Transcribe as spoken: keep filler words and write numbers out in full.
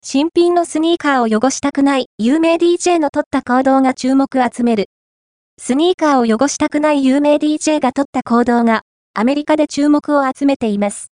新品のスニーカーを汚したくない有名 ディージェー の取った行動が注目集める。スニーカーを汚したくない有名 ディージェー が取った行動がアメリカで注目を集めています。